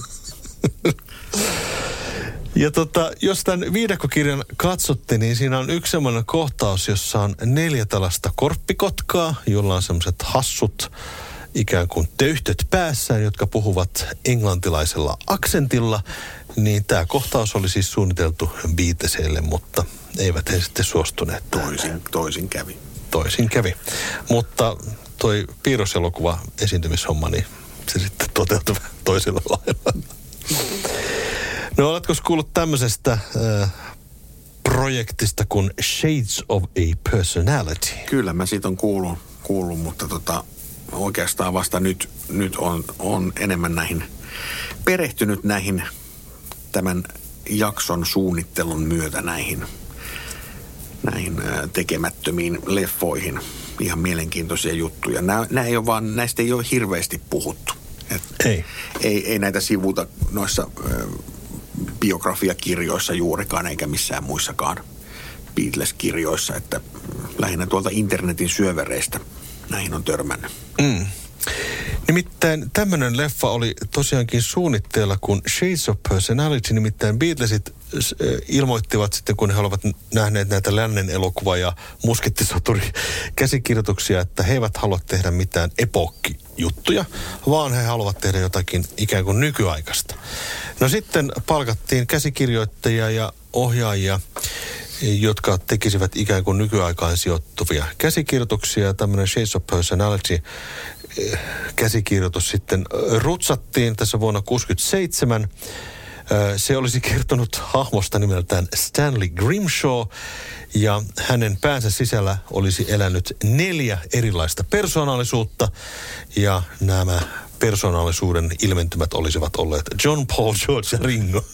Ja jos tämän viidakkokirjan katsotte, niin siinä on yksi semmoinen kohtaus, jossa on 4 tällaista korppikotkaa, jolla on semmoiset hassut ikään kuin töyhtöt päässään, jotka puhuvat englantilaisella aksentilla. Niin tämä kohtaus oli siis suunniteltu Beatlesille, mutta eivät he sitten suostuneet. Toisin kävi. Mutta toi piirroselokuva esiintymishomma, niin se sitten toteutui toisella lailla. No oletko kuullut tämmöisestä projektista kuin Shades of a Personality? Kyllä mä siitä on kuullut mutta oikeastaan vasta nyt on enemmän perehtynyt näihin tämän jakson suunnittelun myötä näihin tekemättömiin leffoihin. Ihan mielenkiintoisia juttuja. Näistä ei ole hirveästi puhuttu. Ei näitä sivuta noissa biografiakirjoissa juurikaan eikä missään muissakaan Beatles-kirjoissa, että lähinnä tuolta internetin syövereistä näihin on törmännyt. Nimittäin tämmöinen leffa oli tosiaankin suunnitteilla kuin Shades of Personality, nimittäin Beatlesit ilmoittivat sitten, kun he olivat nähneet näitä lännen elokuva- ja muskettisoturi-käsikirjoituksia, että he eivät halua tehdä mitään epokkijuttuja, vaan he haluavat tehdä jotakin ikään kuin nykyaikaista. No sitten palkattiin käsikirjoittajia ja ohjaajia, jotka tekisivät ikään kuin nykyaikaan sijoittuvia käsikirjoituksia. Tämmöinen Shades of Personality käsikirjoitus sitten rutsattiin tässä vuonna 1967. Se olisi kertonut hahmosta nimeltään Stanley Grimshaw, ja hänen päänsä sisällä olisi elänyt 4 erilaista persoonallisuutta, ja nämä persoonallisuuden ilmentymät olisivat olleet John, Paul, George ja Ringo.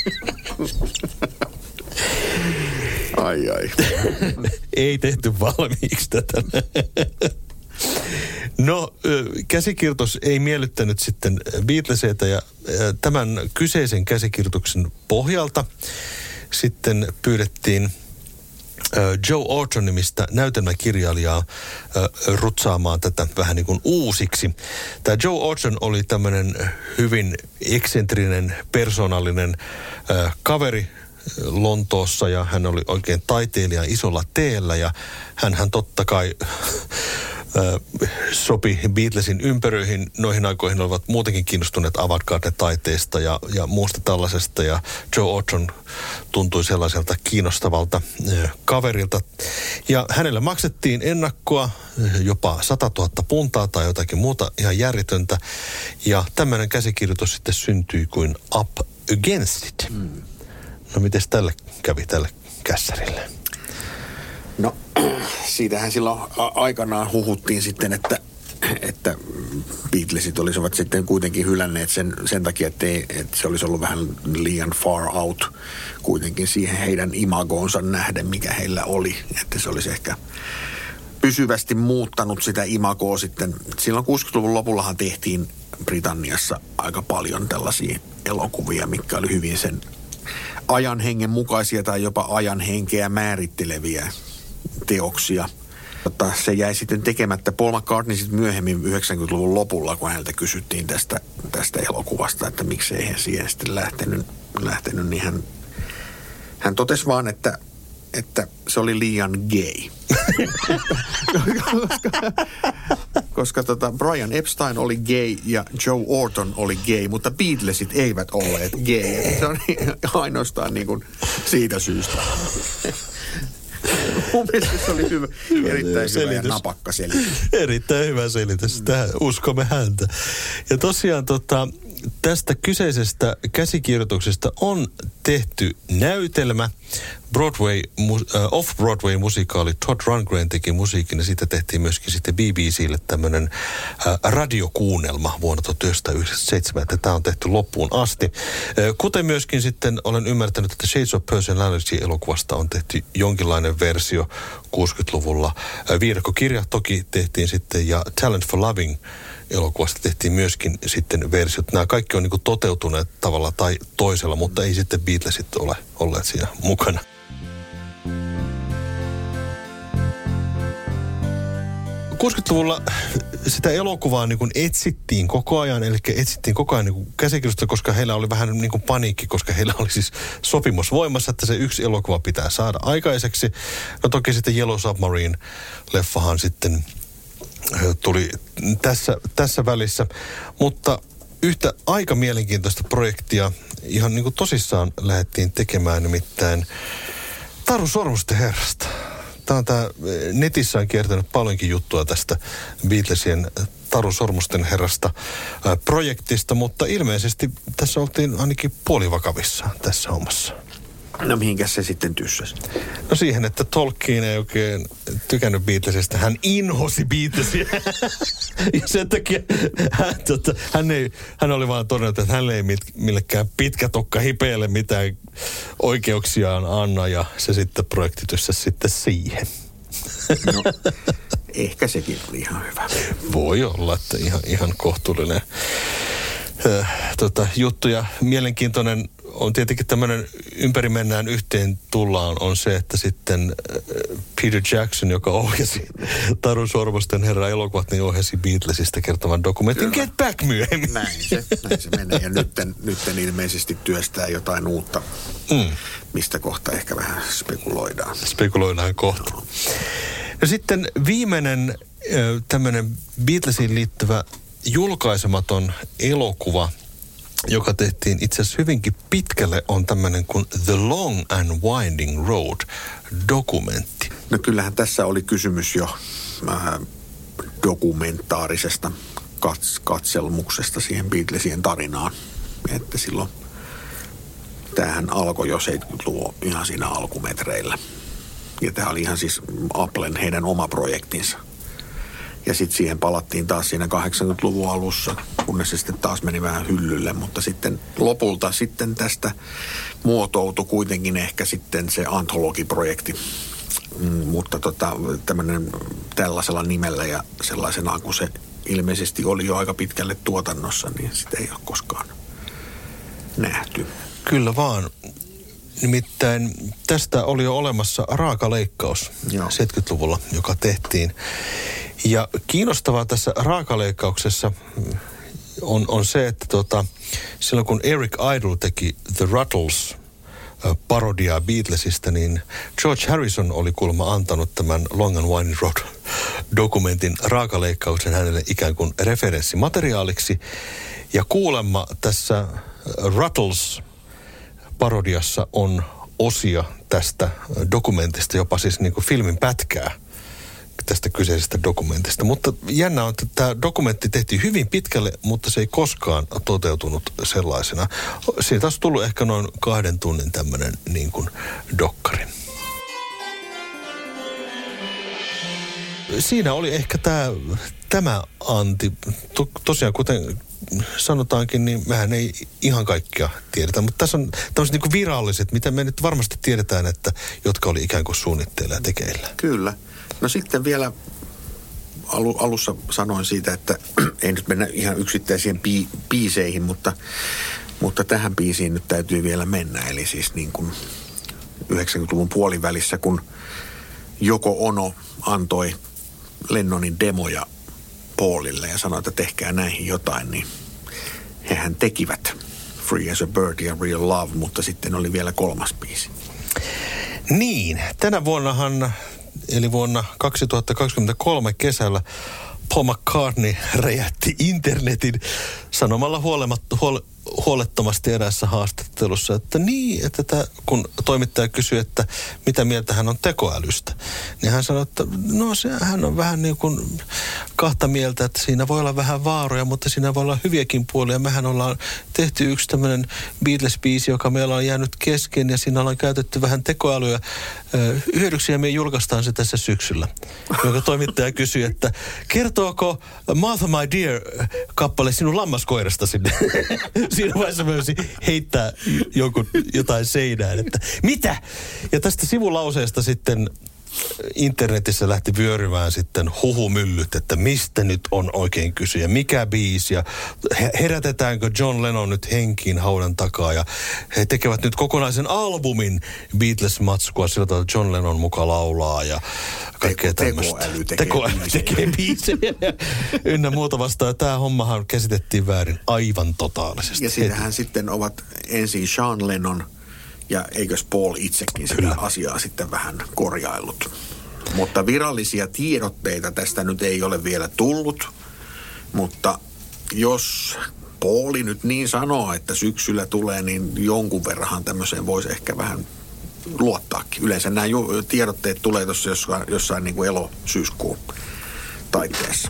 Ai. Ei tehty valmiiksi tätä. No, käsikirjoitus ei miellyttänyt sitten Beatleseitä ja tämän kyseisen käsikirjoituksen pohjalta sitten pyydettiin Joe Orton-nimistä näytelmäkirjailijaa rutsaamaan tätä vähän niin kuin uusiksi. Tämä Joe Orton oli tämmöinen hyvin eksentrinen, persoonallinen kaveri Lontoossa ja hän oli oikein taiteilija isolla teellä ja hänhän totta kai sopi Beatlesin ympäröihin. Noihin aikoihin olivat muutenkin kiinnostuneet avantgarde-taiteesta ja muusta tällaisesta. Ja Joe Orton tuntui sellaiselta kiinnostavalta kaverilta. Ja hänelle maksettiin ennakkoa jopa 100 000 puntaa tai jotakin muuta ihan järjetöntä. Ja tämmöinen käsikirjoitus sitten syntyi kuin Up Against It. No mites tälle kävi tälle kässärille? No, siitähän silloin aikanaan huhuttiin sitten, että Beatlesit olisivat sitten kuitenkin hylänneet sen takia, että se olisi ollut vähän liian far out kuitenkin siihen heidän imagoonsa nähden, mikä heillä oli. Että se olisi ehkä pysyvästi muuttanut sitä imagoa sitten. Silloin 60-luvun lopullahan tehtiin Britanniassa aika paljon tällaisia elokuvia, mitkä oli hyvin sen ajan hengen mukaisia tai jopa ajan henkeä määritteleviä teoksia. Se jäi sitten tekemättä. Paul McCartney sitten myöhemmin 90-luvun lopulla, kun häneltä kysyttiin tästä elokuvasta, että miksei hän siihen sitten lähtenyt, niin hän totesi vaan, että se oli liian gay. koska Brian Epstein oli gay ja Joe Orton oli gay, mutta Beatlesit eivät olleet gay. Se on ainoastaan niin kuin siitä syystä. Mun mielestä se oli hyvä, erittäin hyvä ja napakka selitys. Erittäin hyvä selitys. Tähän uskomme häntä. Ja tosiaan tästä kyseisestä käsikirjoituksesta on tehty näytelmä. Off-Broadway-musikaali Todd Rundgren teki musiikin ja siitä tehtiin myöskin sitten BBClle tämmöinen radiokuunnelma vuonna 1997, että tämä on tehty loppuun asti. Kuten myöskin sitten olen ymmärtänyt, että Shades of Personality-elokuvasta on tehty jonkinlainen versio 60-luvulla. Viidakkokirja toki tehtiin sitten ja Talent for Loving elokuvasta tehtiin myöskin sitten versiot. Nämä kaikki on niin kuin toteutuneet tavalla tai toisella, mutta ei sitten Beatlesit ole olleet siinä mukana. Luvulla sitä elokuvaa niin kuin etsittiin koko ajan, eli etsittiin koko ajan niin kuin käsikirjoitusta, koska heillä oli vähän niin kuin paniikki, koska heillä oli siis sopimus voimassa, että se yksi elokuva pitää saada aikaiseksi. No toki sitten Yellow Submarine-leffahan sitten tuli tässä välissä, mutta yhtä aika mielenkiintoista projektia ihan niin kuin tosissaan lähdettiin tekemään, nimittäin Taru Sormusten herrasta. Netissä on kiertänyt paljonkin juttua tästä Beatlesien Taru Sormusten herrasta projektista, mutta ilmeisesti tässä oltiin ainakin puolivakavissaan tässä hommassa. No mihinkäs se sitten tyssäsi? No siihen, että Tolkien ei oikein tykännyt Beatlesista. Hän inhosi Beatlesia. Ja sen takia hän oli vaan todennut, että hän ei millekään pitkätokka hipeelle mitään oikeuksiaan anna. Ja se sitten projekti tyssäsi sitten siihen. No, ehkä sekin oli ihan hyvä. Voi olla, että ihan kohtuullinen juttu. Ja mielenkiintoinen on tietenkin tämmöinen ympäri mennään yhteen tullaan on se, että sitten Peter Jackson, joka ohjasi Taru Sormusten herran elokuvat, niin ohjasi Beatlesista kertovan dokumentin Get Back myöhemmin. Näin se menee. Ja nytten ilmeisesti työstää jotain uutta, mistä kohta ehkä vähän spekuloidaan. Spekuloidaan kohta. No sitten viimeinen tämmöinen Beatlesiin liittyvä julkaisematon elokuva, joka tehtiin itse asiassa hyvinkin pitkälle, on tämmöinen kuin The Long and Winding Road -dokumentti. No kyllähän tässä oli kysymys jo dokumentaarisesta katselmuksesta siihen Beatlesien tarinaan. Että silloin tämähän alkoi jo 70-luvun ihan siinä alkumetreillä. Ja tämä oli ihan siis Applen heidän oma projektinsa. Ja sitten siihen palattiin taas siinä 80-luvun alussa, kunnes se sitten taas meni vähän hyllylle. Mutta sitten lopulta sitten tästä muotoutui kuitenkin ehkä sitten se antologiprojekti. Mutta tällaisella nimellä ja sellaisenaan, kun se ilmeisesti oli jo aika pitkälle tuotannossa, niin sitä ei ole koskaan nähty. Kyllä vaan. Nimittäin tästä oli jo olemassa raakaleikkaus 70-luvulla, joka tehtiin. Ja kiinnostavaa tässä raakaleikkauksessa on se, että silloin kun Eric Idle teki The Ruttles parodiaa Beatlesista, niin George Harrison oli kuulemma antanut tämän Long and Winding Road -dokumentin raakaleikkauksen hänelle ikään kuin referenssimateriaaliksi. Ja kuulemma tässä Ruttles parodiassa on osia tästä dokumentista, jopa siis niin kuin filmin pätkää tästä kyseisestä dokumentista. Mutta jännä on, että tämä dokumentti tehtiin hyvin pitkälle, mutta se ei koskaan toteutunut sellaisena. Siitä olisi tullut ehkä noin 2 tunnin tämmöinen niin kuin dokkari. Siinä oli ehkä tämä anti. Tosiaan, kuten sanotaankin, niin mehän ei ihan kaikkia tiedetä, mutta tässä on tämmöiset niin kuin viralliset, mitä me nyt varmasti tiedetään, että jotka oli ikään kuin suunnitteilla ja tekeillä. Kyllä. No sitten vielä alussa sanoin siitä, että ei nyt mennä ihan yksittäisiin biiseihin, mutta tähän biisiin nyt täytyy vielä mennä. Eli siis niin kuin 90-luvun puolivälissä, kun Yoko Ono antoi Lennonin demoja Paulille ja sanoi, että tehkää näihin jotain, niin hehän tekivät Free as a Bird ja Real Love, mutta sitten oli vielä 3. biisi. Niin, tänä vuonnahan, eli vuonna 2023 kesällä Paul McCartney räjähti internetin sanomalla huolettomasti eräässä haastattelussa, että kun toimittaja kysyi, että mitä mieltä hän on tekoälystä, niin hän sanoi, että no hän on vähän niin kuin kahta mieltä, että siinä voi olla vähän vaaroja, mutta siinä voi olla hyviäkin puolia. Mehän ollaan tehty yksi tämmöinen Beatles-biisi, joka meillä on jäänyt kesken ja siinä ollaan käytetty vähän tekoälyä hyödyksi ja me julkaistaan se tässä syksyllä. Joka toimittaja kysyi, että kertooko Martha My Dear kappale sinun lammaskoirasta sinne? Siinä vaiheessa myös heittää jotain seinään, että mitä? Ja tästä sivulauseesta sitten internetissä lähti vyörymään sitten huhumyllyt, että mistä nyt on oikein kyse ja mikä biisi ja herätetäänkö John Lennon nyt henkiin haudan takaa ja he tekevät nyt kokonaisen albumin Beatles-matskua sillä tavalla, John Lennon muka laulaa ja kaikkea tämmöistä. Tekoäly tekee biisejä ynnä muuta vastaan. Tämä hommahan käsitettiin väärin aivan totaalisesti. Ja sitähän sitten ovat ensin Sean Lennon ja eikös Paul itsekin sitä asiaa sitten vähän korjaillut. Mutta virallisia tiedotteita tästä nyt ei ole vielä tullut. Mutta jos Pauli nyt niin sanoo, että syksyllä tulee, niin jonkun verran tämmöiseen voisi ehkä vähän luottaakin. Yleensä nämä tiedotteet tulee tuossa jossain niin kuin elo-syyskuun taiteessa.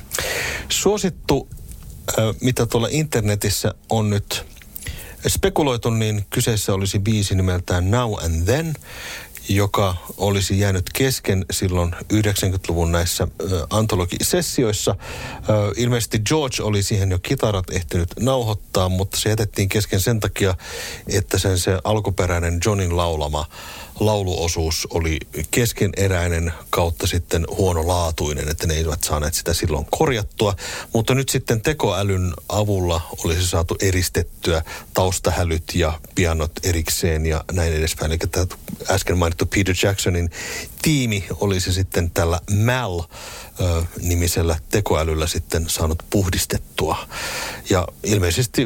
Suosittu, mitä tuolla internetissä on nyt spekuloitu, niin kyseessä olisi biisi nimeltään Now and Then, joka olisi jäänyt kesken silloin 90-luvun näissä antologisessioissa. Ilmeisesti George oli siihen jo kitarat ehtinyt nauhoittaa, mutta se jätettiin kesken sen takia, että se alkuperäinen Johnin laulama lauluosuus oli keskeneräinen kautta sitten huonolaatuinen, että ne eivät saaneet sitä silloin korjattua. Mutta nyt sitten tekoälyn avulla olisi saatu eristettyä taustahälyt ja pianot erikseen ja näin edespäin. Eli tämä äsken mainittu Peter Jacksonin tiimi olisi sitten tällä Mal-nimisellä tekoälyllä sitten saanut puhdistettua. Ja ilmeisesti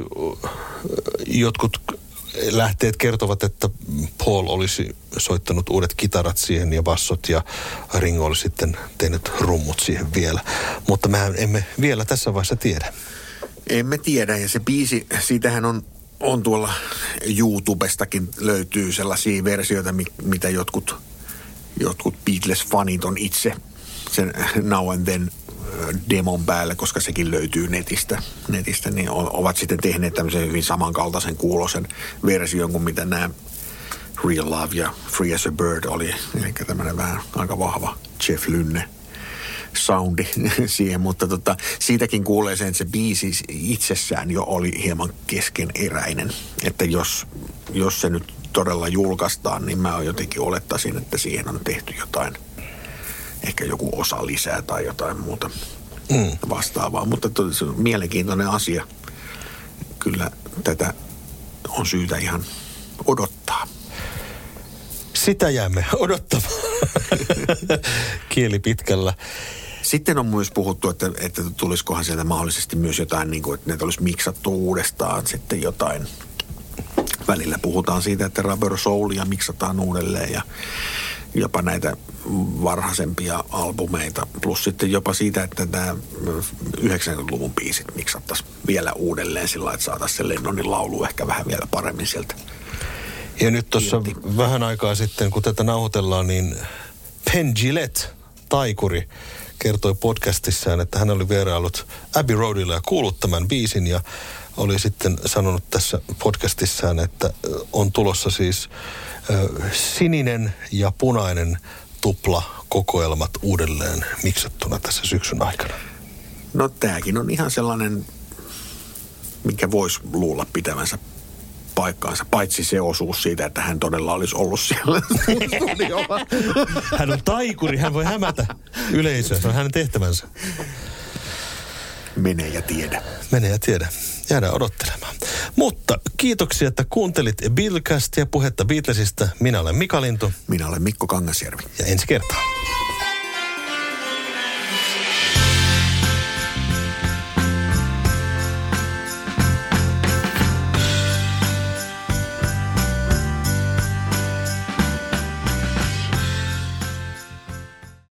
jotkut lähteet kertovat, että Paul olisi soittanut uudet kitarat siihen ja bassot ja Ringo olisi sitten tehnyt rummut siihen vielä. Mutta mehän emme vielä tässä vaiheessa tiedä. Emme tiedä ja se biisi, siitähän on tuolla YouTubestakin löytyy sellaisia versioita, mitä jotkut Beatles-fanit on itse sen Now and Then demon päällä, koska sekin löytyy netistä, niin ovat sitten tehneet tämmöisen hyvin samankaltaisen kuulosen version kuin mitä nämä Real Love ja Free as a Bird oli. Eli tämmöinen vähän aika vahva Jeff Lynne soundi siihen, mutta siitäkin kuulee sen, että se biisi itsessään jo oli hieman keskeneräinen. Että jos se nyt todella julkaistaan, niin mä jotenkin olettaisin, että siihen on tehty jotain, ehkä joku osa lisää tai jotain muuta vastaavaa. Mutta se on mielenkiintoinen asia. Kyllä tätä on syytä ihan odottaa. Sitä jäämme odottamaan. Kieli pitkällä. Sitten on myös puhuttu, että tulisikohan sieltä mahdollisesti myös jotain, niin kuin, että ne olisi miksattu uudestaan sitten jotain. Välillä puhutaan siitä, että Rubber Soulia miksataan uudelleen ja jopa näitä varhaisempia albumeita. Plus sitten jopa siitä, että tämä 90-luvun biisit miksattaisiin vielä uudelleen sillä, että saataisiin se Lennonin laulu ehkä vähän vielä paremmin sieltä. Ja nyt tuossa vähän aikaa sitten, kun tätä nauhoitellaan, niin Penn Jillette, taikuri, kertoi podcastissaan, että hän oli vierailut Abbey Roadilla ja kuullut tämän biisin ja oli sitten sanonut tässä podcastissaan, että on tulossa siis sininen ja punainen tuplakokoelmat uudelleen miksattuna tässä syksyn aikana. No tämäkin on ihan sellainen, mikä voisi luulla pitävänsä paikkaansa, paitsi se osuus siitä, että hän todella olisi ollut siellä studiolla. Hän on taikuri, hän voi hämätä yleisöä, se on hänen tehtävänsä. Mene ja tiedä. Mene ja tiedä. Jäädään odottelemaan. Mutta kiitoksia, että kuuntelit Beatlecastia, puhetta Beatlesista. Minä olen Mika Lintu. Minä olen Mikko Kangasjärvi. Ja ensi kertaa.